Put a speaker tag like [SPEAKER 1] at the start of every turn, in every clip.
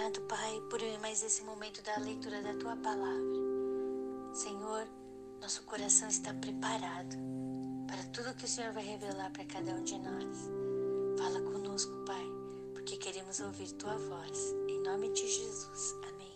[SPEAKER 1] obrigado, Pai, por mais esse momento da leitura da Tua Palavra. Senhor, nosso coração está preparado para tudo que o Senhor vai revelar para cada um de nós. Fala conosco, Pai, porque queremos ouvir Tua voz. Em nome de Jesus. Amém.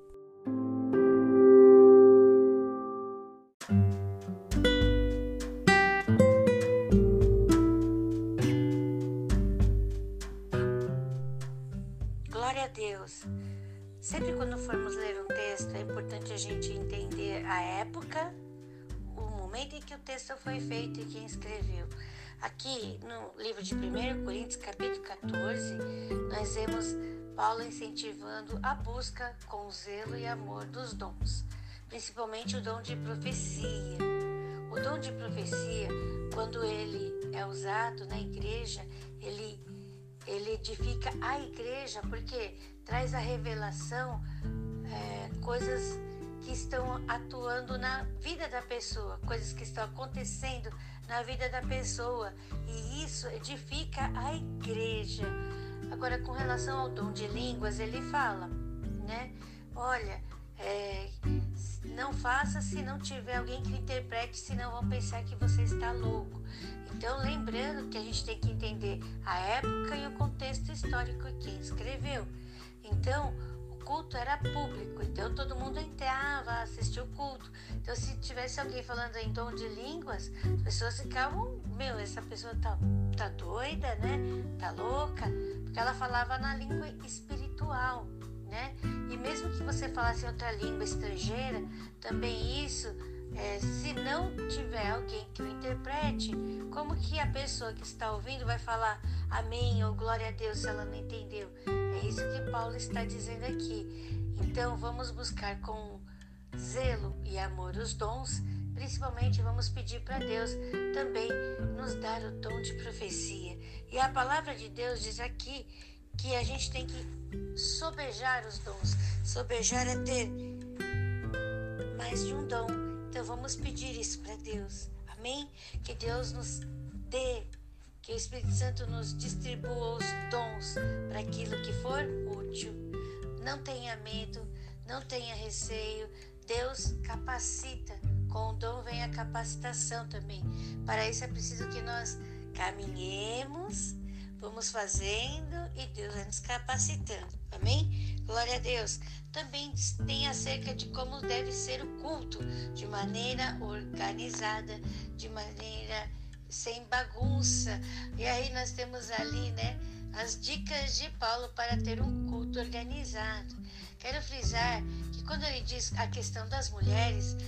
[SPEAKER 1] Glória a Deus. Sempre quando formos ler um texto, é importante a gente entender a época, o momento em que o texto foi feito e quem escreveu. Aqui no livro de 1 Coríntios, capítulo 14, nós vemos Paulo incentivando a busca com zelo e amor dos dons, principalmente o dom de profecia. O dom de profecia, quando ele é usado na igreja, ele edifica a igreja porque traz a revelação, coisas que estão atuando na vida da pessoa, coisas que estão acontecendo na vida da pessoa, e isso edifica a igreja. Agora, com relação ao dom de línguas, ele fala, né? Olha, não faça se não tiver alguém que interprete, senão vão pensar que você está louco. Então, lembrando que a gente tem que entender a época e o contexto histórico e quem escreveu. Então, o culto era público, então todo mundo entrava, assistia o culto. Então, se tivesse alguém falando em dom de línguas, as pessoas ficavam, essa pessoa tá doida, né? Tá louca, porque ela falava na língua espiritual, né? E mesmo que você falasse outra língua estrangeira, também isso, se não tiver alguém que o interprete, como que a pessoa que está ouvindo vai falar amém ou glória a Deus se ela não entendeu? É isso que Paulo está dizendo aqui. Então vamos buscar com zelo e amor os dons, principalmente vamos pedir para Deus também nos dar o dom de profecia. E a palavra de Deus diz aqui que a gente tem que sobejar os dons. Sobejar é ter mais de um dom. Então vamos pedir isso para Deus. Amém? Que Deus nos dê, que o Espírito Santo nos distribua os dons para aquilo que for útil. Não tenha medo, não tenha receio. Deus capacita. Com o dom vem a capacitação também. Para isso é preciso que nós caminhemos, vamos fazendo e Deus vai nos capacitando. Amém? Glória a Deus. Também tem acerca de como deve ser o culto, de maneira organizada, de maneira sem bagunça. E aí nós temos ali, né, as dicas de Paulo para ter um culto organizado. Quero frisar que quando ele diz a questão das mulheres,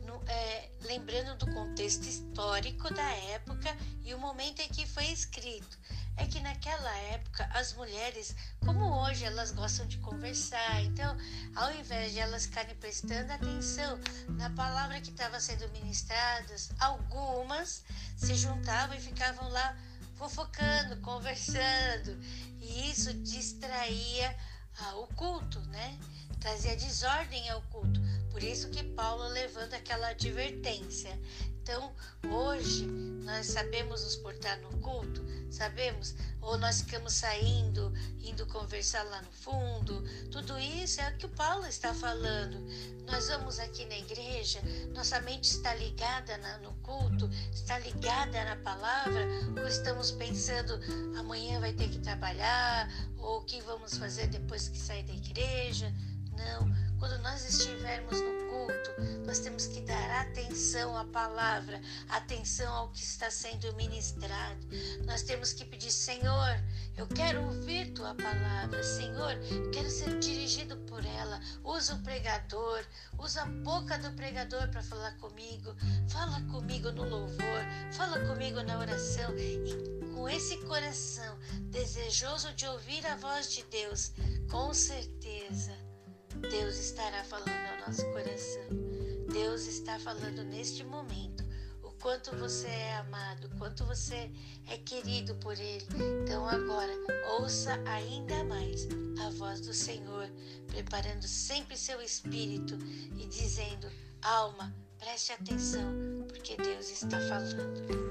[SPEAKER 1] lembrando do contexto histórico da época e o momento em que foi escrito, é que naquela época as mulheres, como hoje, elas gostam de conversar. Então, ao invés de elas ficarem prestando atenção na palavra que estava sendo ministrada, algumas se juntavam e ficavam lá fofocando, conversando, e isso distraía o culto, né? Trazia desordem ao culto. Por isso que Paulo levanta aquela advertência. Então, hoje, nós sabemos nos portar no culto, sabemos, ou nós ficamos saindo, indo conversar lá no fundo. Tudo isso é o que o Paulo está falando. Nós vamos aqui na igreja, nossa mente está ligada no culto, está ligada na palavra, ou estamos pensando, amanhã vai ter que trabalhar, ou o que vamos fazer depois que sair da igreja? Não, quando nós estivermos no culto, nós temos que dar atenção à palavra, atenção ao que está sendo ministrado. Nós temos que pedir, Senhor, eu quero ouvir Tua palavra, Senhor, eu quero ser dirigido por ela. Usa o pregador, usa a boca do pregador para falar comigo. Fala comigo no louvor, fala comigo na oração. E com esse coração desejoso de ouvir a voz de Deus, com certeza Deus estará falando ao nosso coração. Deus está falando neste momento o quanto você é amado, o quanto você é querido por Ele. Então agora, ouça ainda mais a voz do Senhor, preparando sempre seu espírito e dizendo, alma, preste atenção, porque Deus está falando.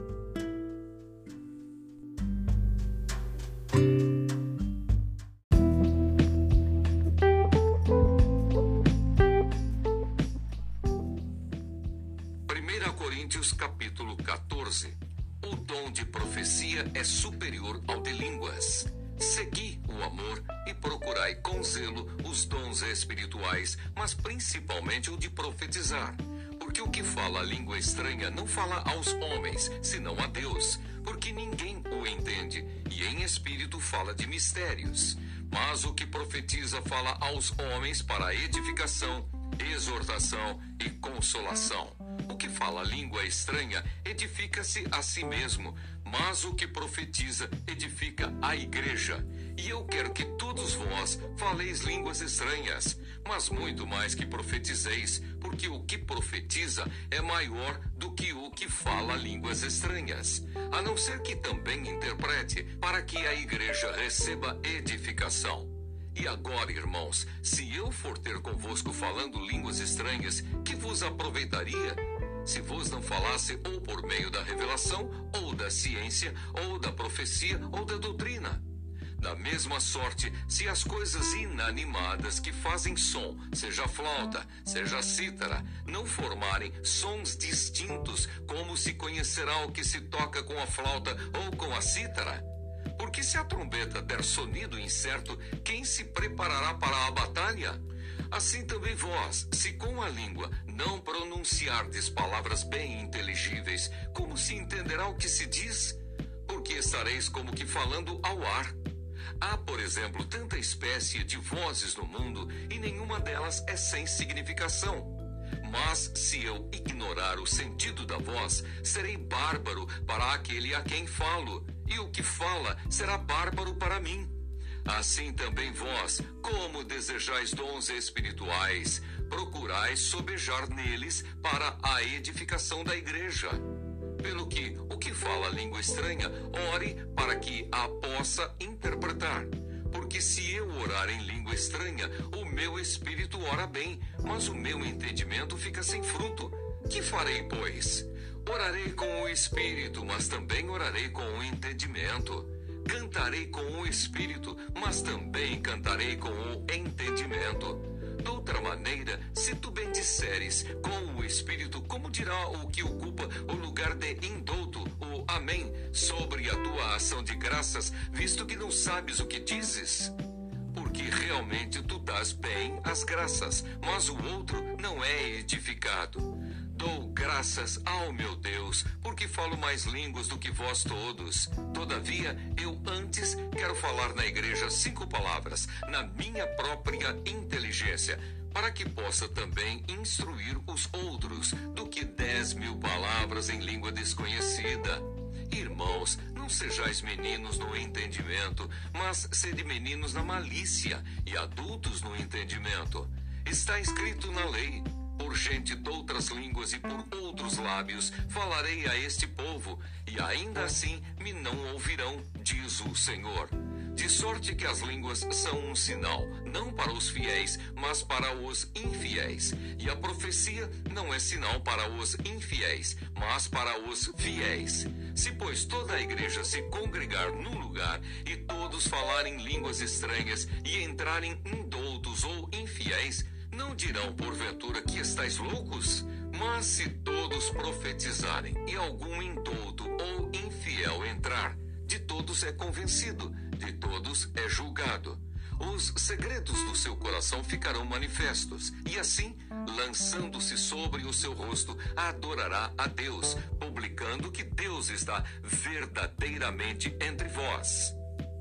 [SPEAKER 2] dom de profecia é superior ao de línguas. Segui o amor e procurai com zelo os dons espirituais, mas principalmente o de profetizar. Porque o que fala a língua estranha não fala aos homens, senão a Deus, porque ninguém o entende, e em espírito fala de mistérios. Mas o que profetiza fala aos homens para edificação, exortação e consolação. O que fala a língua estranha edifica-se a si mesmo, mas o que profetiza edifica a igreja. E eu quero que todos vós faleis línguas estranhas, mas muito mais que profetizeis, porque o que profetiza é maior do que o que fala línguas estranhas, a não ser que também interprete, para que a igreja receba edificação. E agora, irmãos, se eu for ter convosco falando línguas estranhas, que vos aproveitaria? Se vos não falasse ou por meio da revelação, ou da ciência, ou da profecia, ou da doutrina. Da mesma sorte, se as coisas inanimadas que fazem som, seja flauta, seja cítara, não formarem sons distintos, como se conhecerá o que se toca com a flauta ou com a cítara? Porque se a trombeta der sonido incerto, quem se preparará para a batalha? Assim também vós, se com a língua não pronunciardes palavras bem inteligíveis, como se entenderá o que se diz? Porque estareis como que falando ao ar. Há, por exemplo, tanta espécie de vozes no mundo, e nenhuma delas é sem significação. Mas se eu ignorar o sentido da voz, serei bárbaro para aquele a quem falo, e o que fala será bárbaro para mim. Assim também vós, como desejais dons espirituais, procurais sobejar neles para a edificação da igreja. Pelo que, o que fala língua estranha, ore para que a possa interpretar. Porque se eu orar em língua estranha, o meu espírito ora bem, mas o meu entendimento fica sem fruto. Que farei, pois? Orarei com o espírito, mas também orarei com o entendimento. Cantarei com o espírito, mas também cantarei com o entendimento. De outra maneira, se tu bendisseres com o espírito, como dirá o que ocupa o lugar de indouto, o amém, sobre a tua ação de graças, visto que não sabes o que dizes? Porque realmente tu dás bem as graças, mas o outro não é edificado. Dou graças ao meu Deus, porque falo mais línguas do que vós todos. Todavia, eu antes quero falar na igreja 5 palavras, na minha própria inteligência, para que possa também instruir os outros, do que 10.000 palavras em língua desconhecida. Irmãos, não sejais meninos no entendimento, mas sede meninos na malícia, e adultos no entendimento. Está escrito na lei: por gente de outras línguas e por outros lábios falarei a este povo, e ainda assim me não ouvirão, diz o Senhor. De sorte que as línguas são um sinal, não para os fiéis, mas para os infiéis. E a profecia não é sinal para os infiéis, mas para os fiéis. Se, pois, toda a igreja se congregar num lugar, e todos falarem línguas estranhas, e entrarem indoutos ou infiéis, não dirão porventura que estáis loucos? Mas se todos profetizarem, e algum indouto ou infiel entrar, de todos é convencido, de todos é julgado. Os segredos do seu coração ficarão manifestos, e assim, lançando-se sobre o seu rosto, adorará a Deus, publicando que Deus está verdadeiramente entre vós.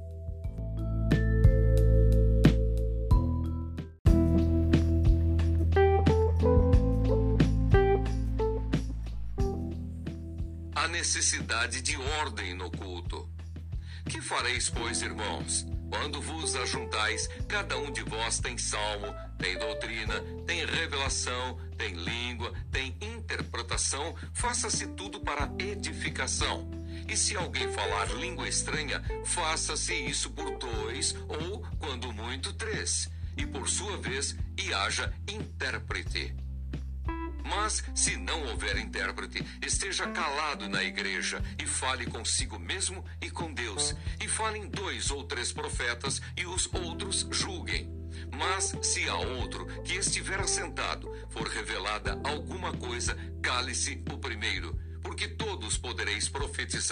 [SPEAKER 2] A necessidade de ordem no culto. Que fareis, pois, irmãos? Quando vos ajuntais, cada um de vós tem salmo, tem doutrina, tem revelação, tem língua, tem interpretação, faça-se tudo para edificação. E se alguém falar língua estranha, faça-se isso por 2, ou, quando muito, 3. E por sua vez, e haja intérprete. Mas, se não houver intérprete, esteja calado na igreja e fale consigo mesmo e com Deus. E falem 2 ou 3 profetas e os outros julguem. Mas, se a outro que estiver assentado for revelada alguma coisa, cale-se o primeiro, porque todos podereis profetizar.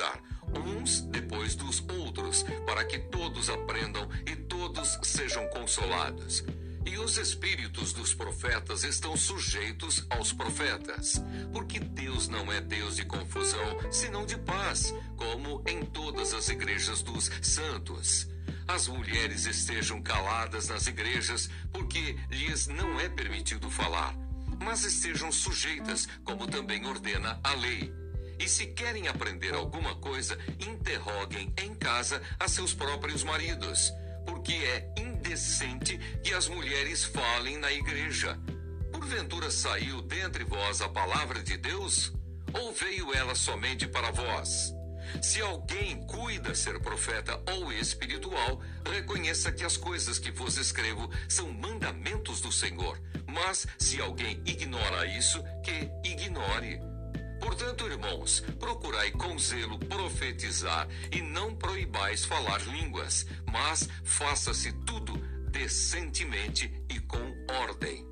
[SPEAKER 2] uns depois dos outros, para que todos aprendam e todos sejam consolados. E os espíritos dos profetas estão sujeitos aos profetas, porque Deus não é Deus de confusão, senão de paz, como em todas as igrejas dos santos. As mulheres estejam caladas nas igrejas, porque lhes não é permitido falar, mas estejam sujeitas, como também ordena a lei. E se querem aprender alguma coisa, interroguem em casa a seus próprios maridos, porque é indecente que as mulheres falem na igreja. Porventura saiu dentre vós a palavra de Deus? Ou veio ela somente para vós? Se alguém cuida ser profeta ou espiritual, reconheça que as coisas que vos escrevo são mandamentos do Senhor. Mas se alguém ignora isso, que ignore. Portanto, irmãos, procurai com zelo profetizar e não proibais falar línguas, mas faça-se tudo decentemente e com ordem.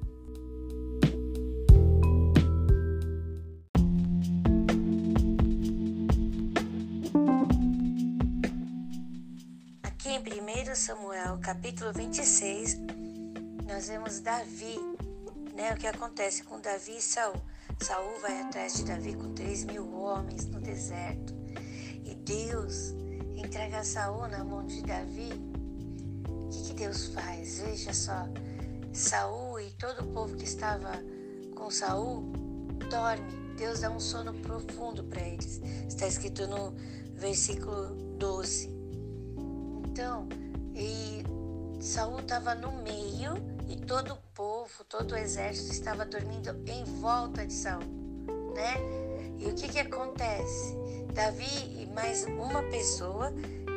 [SPEAKER 1] Aqui em 1 Samuel, capítulo 26, nós vemos Davi, o que acontece com Davi e Saul. Saul vai atrás de Davi com 3.000 homens no deserto. E Deus entrega Saul na mão de Davi. O que Deus faz? Veja só, Saul e todo o povo que estava com Saul dorme. Deus dá um sono profundo para eles. Está escrito no versículo 12. Então, Saul estava no meio e todo o povo, todo o exército estava dormindo em volta de Saul, E o que acontece? Davi e mais uma pessoa,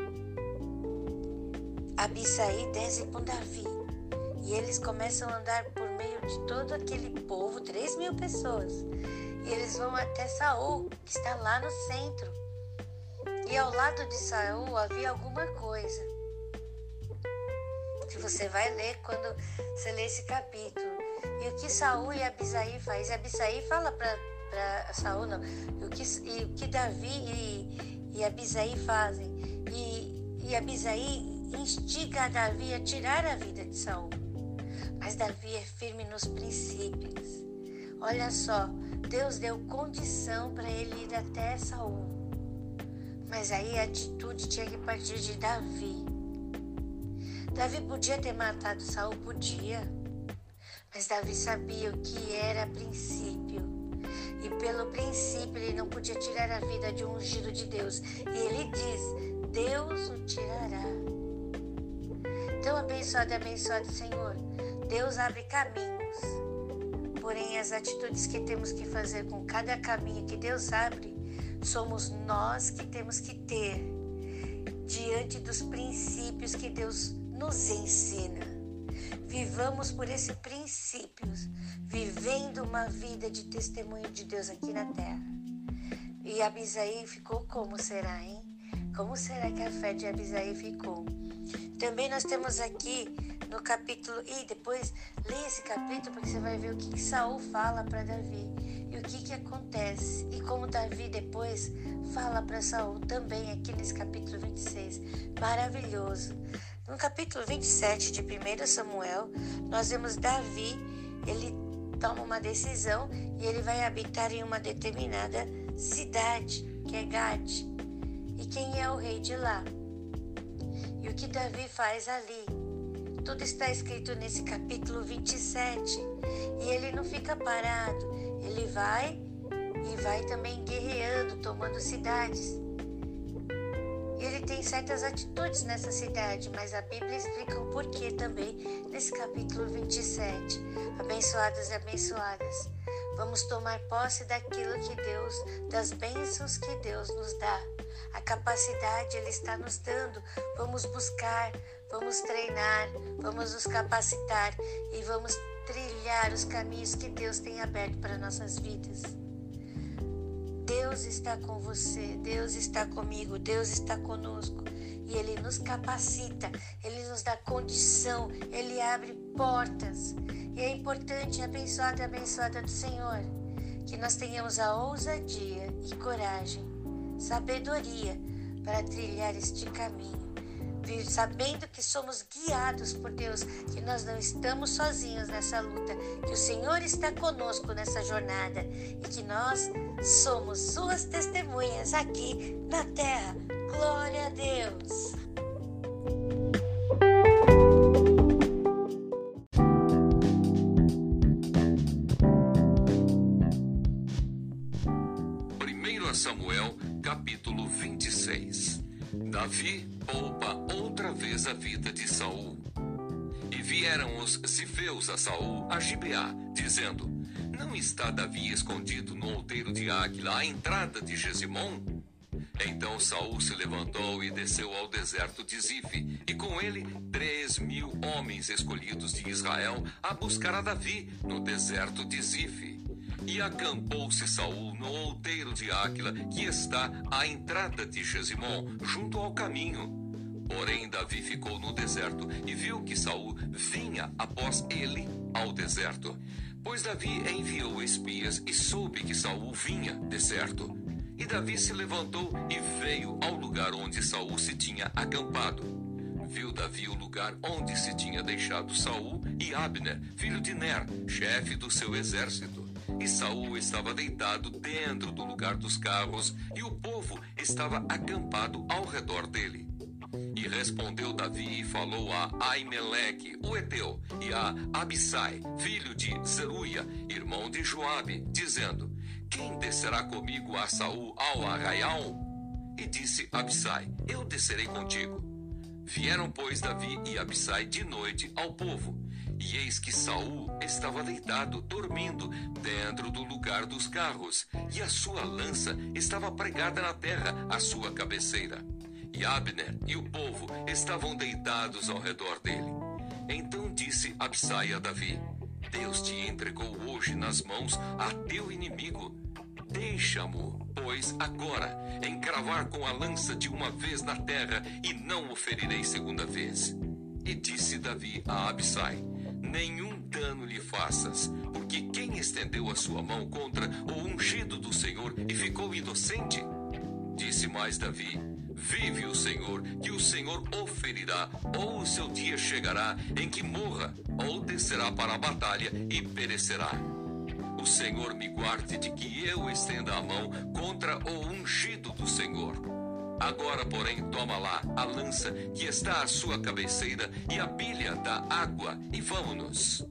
[SPEAKER 1] Abisai, desce com Davi. E eles começam a andar por meio de todo aquele povo, 3.000 pessoas. E eles vão até Saul, que está lá no centro. E ao lado de Saul havia alguma coisa. Que você vai ler quando você lê esse capítulo. E o que Saul e Abisai faz? Abisai fala para Saul, não. E o que Davi e Abisai fazem? E Abisai instiga a Davi a tirar a vida de Saul. Mas Davi é firme nos princípios. Olha só, Deus deu condição para ele ir até Saul. Mas aí a atitude tinha que partir de Davi. Davi podia ter matado Saul, podia, mas Davi sabia o que era princípio. E pelo princípio ele não podia tirar a vida de um ungido de Deus. E ele diz, Deus o tirará. Então, abençoado Senhor, Deus abre caminhos. Porém, as atitudes que temos que fazer com cada caminho que Deus abre, somos nós que temos que ter diante dos princípios que Deus nos ensina. Vivamos por esses princípios, vivendo uma vida de testemunho de Deus aqui na terra. E Abisai ficou como será, hein? Como será que a fé de Abisai ficou? Também nós temos aqui no capítulo, e depois leia esse capítulo porque você vai ver o que Saul fala para Davi e o que acontece e como Davi depois fala para Saul também aqui nesse capítulo 26, maravilhoso. No capítulo 27 de 1 Samuel, nós vemos Davi, ele toma uma decisão e ele vai habitar em uma determinada cidade, que é Gade. E quem é o rei de lá? E o que Davi faz ali? Tudo está escrito nesse capítulo 27. E ele não fica parado, ele vai e vai também guerreando, tomando cidades. E ele tem certas atitudes nessa cidade, mas a Bíblia explica o porquê também nesse capítulo 27. Abençoados e abençoadas, vamos tomar posse daquilo que Deus, das bênçãos que Deus nos dá. A capacidade Ele está nos dando. Vamos buscar, vamos treinar, vamos nos capacitar e vamos trilhar os caminhos que Deus tem aberto para nossas vidas. Deus está com você, Deus está comigo, Deus está conosco e Ele nos capacita, Ele nos dá condição, Ele abre portas. E é importante, abençoada do Senhor, que nós tenhamos a ousadia e coragem, sabedoria para trilhar este caminho. Sabendo que somos guiados por Deus, que nós não estamos sozinhos nessa luta, que o Senhor está conosco nessa jornada e que nós somos suas testemunhas aqui na terra. Glória a Deus!
[SPEAKER 2] Samuel, capítulo 26. Davi poupa outra vez a vida de Saul. E vieram os zifeus a Saul a Gibeá, dizendo: Não está Davi escondido no outeiro de Áquila, à entrada de Gesimom? Então Saul se levantou e desceu ao deserto de Zife, e com ele 3.000 homens escolhidos de Israel a buscar a Davi no deserto de Zife. E acampou-se Saul no outeiro de Áquila, que está à entrada de Gesimom, junto ao caminho. Porém Davi ficou no deserto e viu que Saul vinha após ele ao deserto. Pois Davi enviou espias e soube que Saul vinha deserto. E Davi se levantou e veio ao lugar onde Saul se tinha acampado. Viu Davi o lugar onde se tinha deixado Saul e Abner, filho de Ner, chefe do seu exército. E Saul estava deitado dentro do lugar dos carros, e o povo estava acampado ao redor dele. E respondeu Davi e falou a Aimeleque, o Eteu, e a Abissai, filho de Zeruia, irmão de Joabe, dizendo: Quem descerá comigo a Saul ao arraial? E disse Abissai: Eu descerei contigo. Vieram, pois, Davi e Abissai de noite ao povo. E eis que Saul estava deitado, dormindo, dentro do lugar dos carros, e a sua lança estava pregada na terra à sua cabeceira. E Abner e o povo estavam deitados ao redor dele. Então disse Abissai a Davi: Deus te entregou hoje nas mãos a teu inimigo. Deixa-mo, pois, agora, encravar com a lança de uma vez na terra, e não o ferirei segunda vez. E disse Davi a Abissai: Nenhum dano lhe faças, porque quem estendeu a sua mão contra o ungido do Senhor e ficou inocente? Disse mais Davi: Vive o Senhor, que o Senhor o ferirá, ou o seu dia chegará em que morra, ou descerá para a batalha e perecerá. O Senhor me guarde de que eu estenda a mão contra o ungido do Senhor. Agora, porém, toma lá a lança que está à sua cabeceira e a bilha da água, e vamo-nos.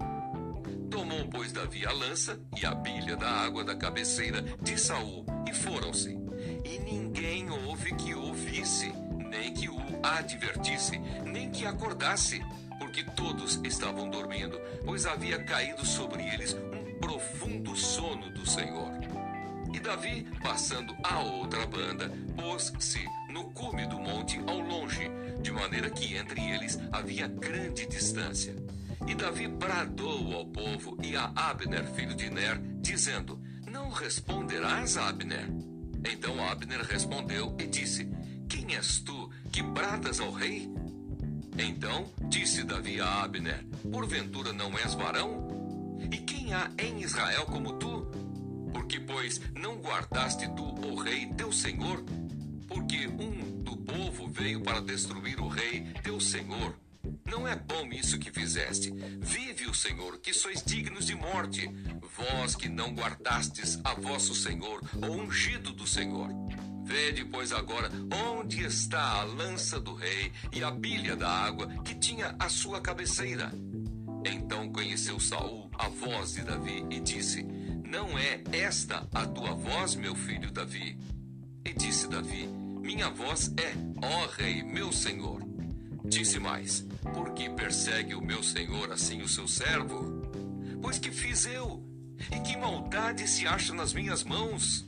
[SPEAKER 2] Tomou, pois, Davi a lança e a bilha da água da cabeceira de Saul, e foram-se. E ninguém houve que o ouvisse, nem que o advertisse, nem que acordasse, porque todos estavam dormindo, pois havia caído sobre eles um profundo sono do Senhor. E Davi, passando a outra banda, pôs-se no cume do monte ao longe, de maneira que entre eles havia grande distância. E Davi bradou ao povo e a Abner, filho de Ner, dizendo: Não responderás, Abner? Então Abner respondeu e disse: Quem és tu que bradas ao rei? Então disse Davi a Abner: Porventura não és varão? E quem há em Israel como tu? Porque, pois, não guardaste tu o rei teu senhor? Porque um do povo veio para destruir o rei teu senhor. Não é bom isso que fizeste. Vive o Senhor, que sois dignos de morte, vós que não guardastes a vosso Senhor, o ungido do Senhor. Vede, pois, agora onde está a lança do rei e a bilha da água que tinha à sua cabeceira. Então conheceu Saul a voz de Davi e disse: Não é esta a tua voz, meu filho Davi? E disse Davi: Minha voz é, ó rei, meu senhor. Disse mais: Por que persegue o meu senhor assim o seu servo? Pois que fiz eu? E que maldade se acha nas minhas mãos?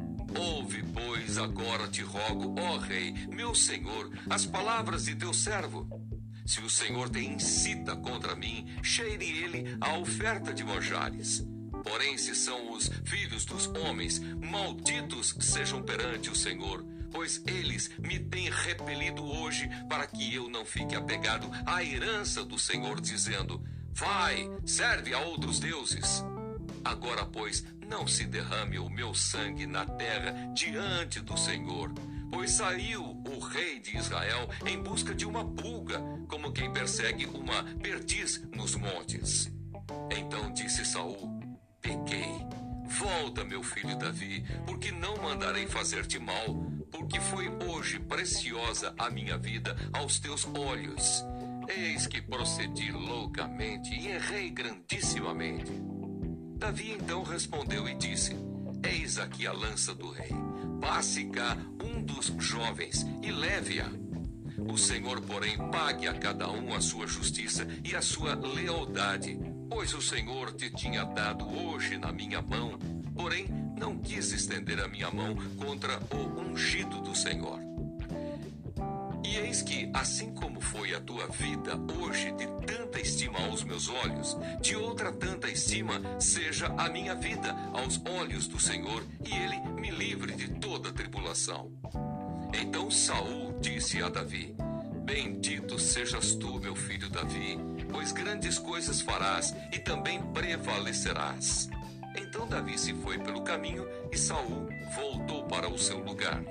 [SPEAKER 2] Ouve, pois, agora te rogo, ó rei, meu senhor, as palavras de teu servo. Se o Senhor te incita contra mim, cheire ele a oferta de manjares. Porém, se são os filhos dos homens, malditos sejam perante o Senhor, pois eles me têm repelido hoje, para que eu não fique apegado à herança do Senhor, dizendo: Vai, serve a outros deuses. Agora, pois, não se derrame o meu sangue na terra diante do Senhor, pois saiu o rei de Israel em busca de uma pulga, como quem persegue uma perdiz nos montes. Então disse Saul: pequei. Volta, meu filho Davi, porque não mandarei fazer-te mal, porque foi hoje preciosa a minha vida aos teus olhos. Eis que procedi loucamente e errei grandissimamente. Davi então respondeu e disse: eis aqui a lança do rei. Passe cá um dos jovens e leve-a. O Senhor, porém, pague a cada um a sua justiça e a sua lealdade, pois o Senhor te tinha dado hoje na minha mão, porém não quis estender a minha mão contra o ungido do Senhor. E eis que, assim como foi a tua vida hoje de tanta estima aos meus olhos, de outra tanta estima seja a minha vida aos olhos do Senhor, e ele me livre de toda tribulação. Então Saul disse a Davi: bendito sejas tu, meu filho Davi, pois grandes coisas farás e também prevalecerás. Então Davi se foi pelo caminho e Saul voltou para o seu lugar.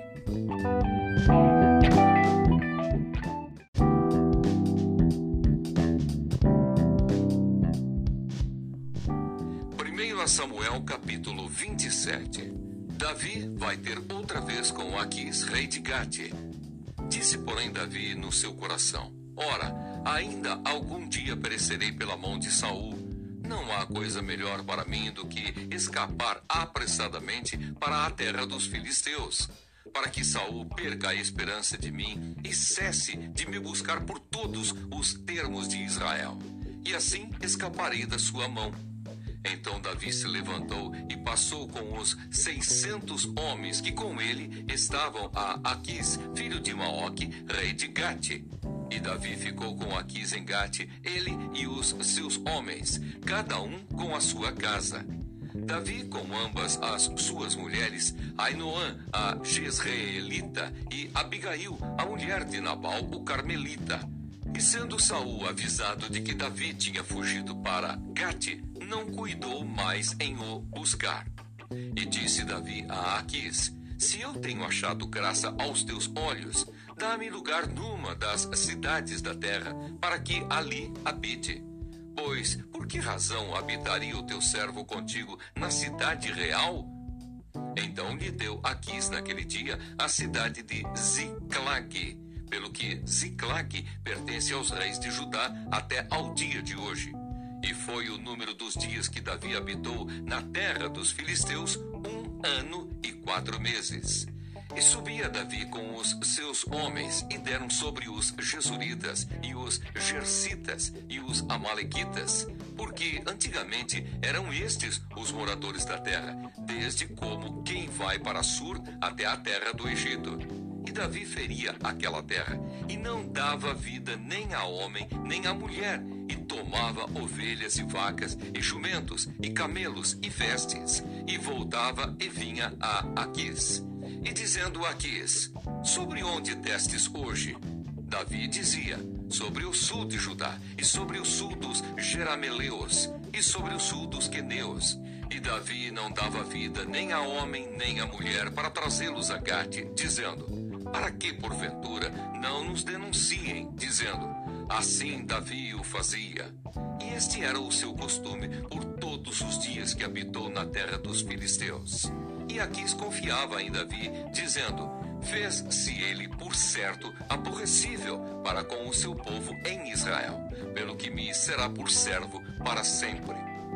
[SPEAKER 2] 1 Samuel capítulo 27. Davi vai ter outra vez com Aquis, rei de Gate. Disse, porém, Davi no seu coração: ora, ainda algum dia perecerei pela mão de Saul. Não há coisa melhor para mim do que escapar apressadamente para a terra dos filisteus, para que Saul perca a esperança de mim e cesse de me buscar por todos os termos de Israel, e assim escaparei da sua mão. Então Davi se levantou e passou com os 600 homens que com ele estavam a Aquis, filho de Maoque, rei de Gate. E Davi ficou com Aquis em Gate, ele e os seus homens, cada um com a sua casa. Davi com ambas as suas mulheres, Ainoã, a Jezreelita, e Abigail, a mulher de Nabal, o Carmelita. E sendo Saul avisado de que Davi tinha fugido para Gate, não cuidou mais em o buscar. E disse Davi a Aquis: se eu tenho achado graça aos teus olhos, dá-me lugar numa das cidades da terra, para que ali habite. Pois, por que razão habitaria o teu servo contigo na cidade real? Então lhe deu Aquis naquele dia a cidade de Ziclag, pelo que Ziclag pertence aos reis de Judá até ao dia de hoje. E foi o número dos dias que Davi habitou na terra dos filisteus 1 ano e 4 meses. E subia Davi com os seus homens, e deram sobre os Gesuritas, e os Gersitas, e os Amalequitas, porque antigamente eram estes os moradores da terra, desde como quem vai para Sur até a terra do Egito. E Davi feria aquela terra, e não dava vida nem a homem, nem a mulher, e tomava ovelhas e vacas, e jumentos, e camelos, e vestes, e voltava e vinha a Aquis. E dizendo a Aquis: sobre onde destes hoje? Davi dizia: sobre o sul de Judá, e sobre o sul dos Jerameleus, e sobre o sul dos Queneus. E Davi não dava vida nem a homem, nem a mulher, para trazê-los a Gate, dizendo: para que, porventura, não nos denunciem, dizendo: assim Davi o fazia. E este era o seu costume por todos os dias que habitou na terra dos filisteus. E Aquis confiava em Davi, dizendo: fez-se ele, por certo, aborrecível para com o seu povo em Israel, pelo que me será por servo para sempre.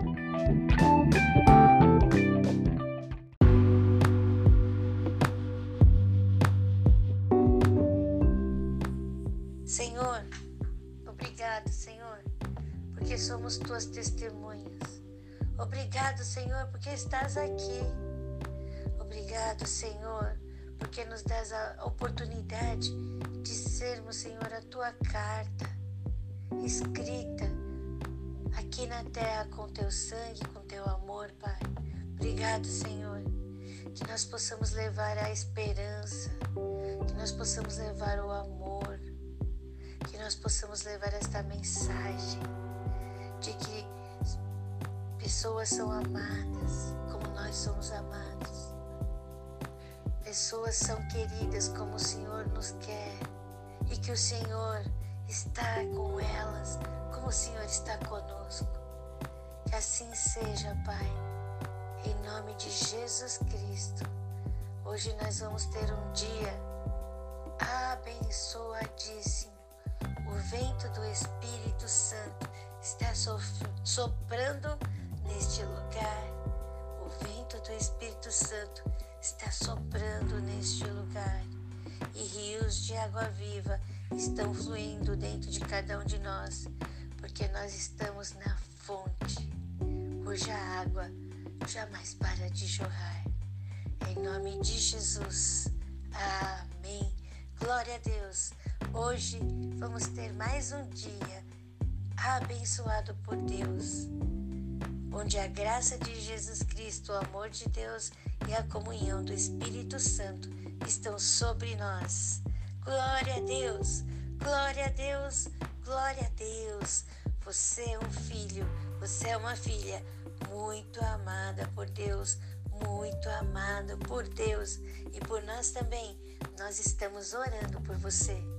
[SPEAKER 1] Senhor, obrigado, Senhor, porque somos tuas testemunhas. Obrigado, Senhor, porque estás aqui. Obrigado, Senhor, porque nos dás a oportunidade de sermos, Senhor, a tua carta escrita aqui na terra com teu sangue, com teu amor, Pai. Obrigado, Senhor, que nós possamos levar a esperança, que nós possamos levar o amor, que nós possamos levar esta mensagem de que pessoas são amadas como nós somos amados. pessoas são queridas como o Senhor nos quer e que o Senhor está com elas como o Senhor está conosco. Que assim seja, Pai, em nome de Jesus Cristo. Hoje nós vamos ter um dia abençoadíssimo. O vento do Espírito Santo está soprando neste lugar. O vento do Espírito Santo está soprando neste lugar. E rios de água viva estão fluindo dentro de cada um de nós, porque nós estamos na fonte, cuja água jamais para de jorrar. Em nome de Jesus. Amém. Glória a Deus. Hoje vamos ter mais um dia abençoado por Deus, onde a graça de Jesus Cristo, o amor de Deus e a comunhão do Espírito Santo estão sobre nós. Glória a Deus, glória a Deus, glória a Deus. Você é um filho, você é uma filha muito amada por Deus, muito amado por Deus, e por nós também. Nós estamos orando por você.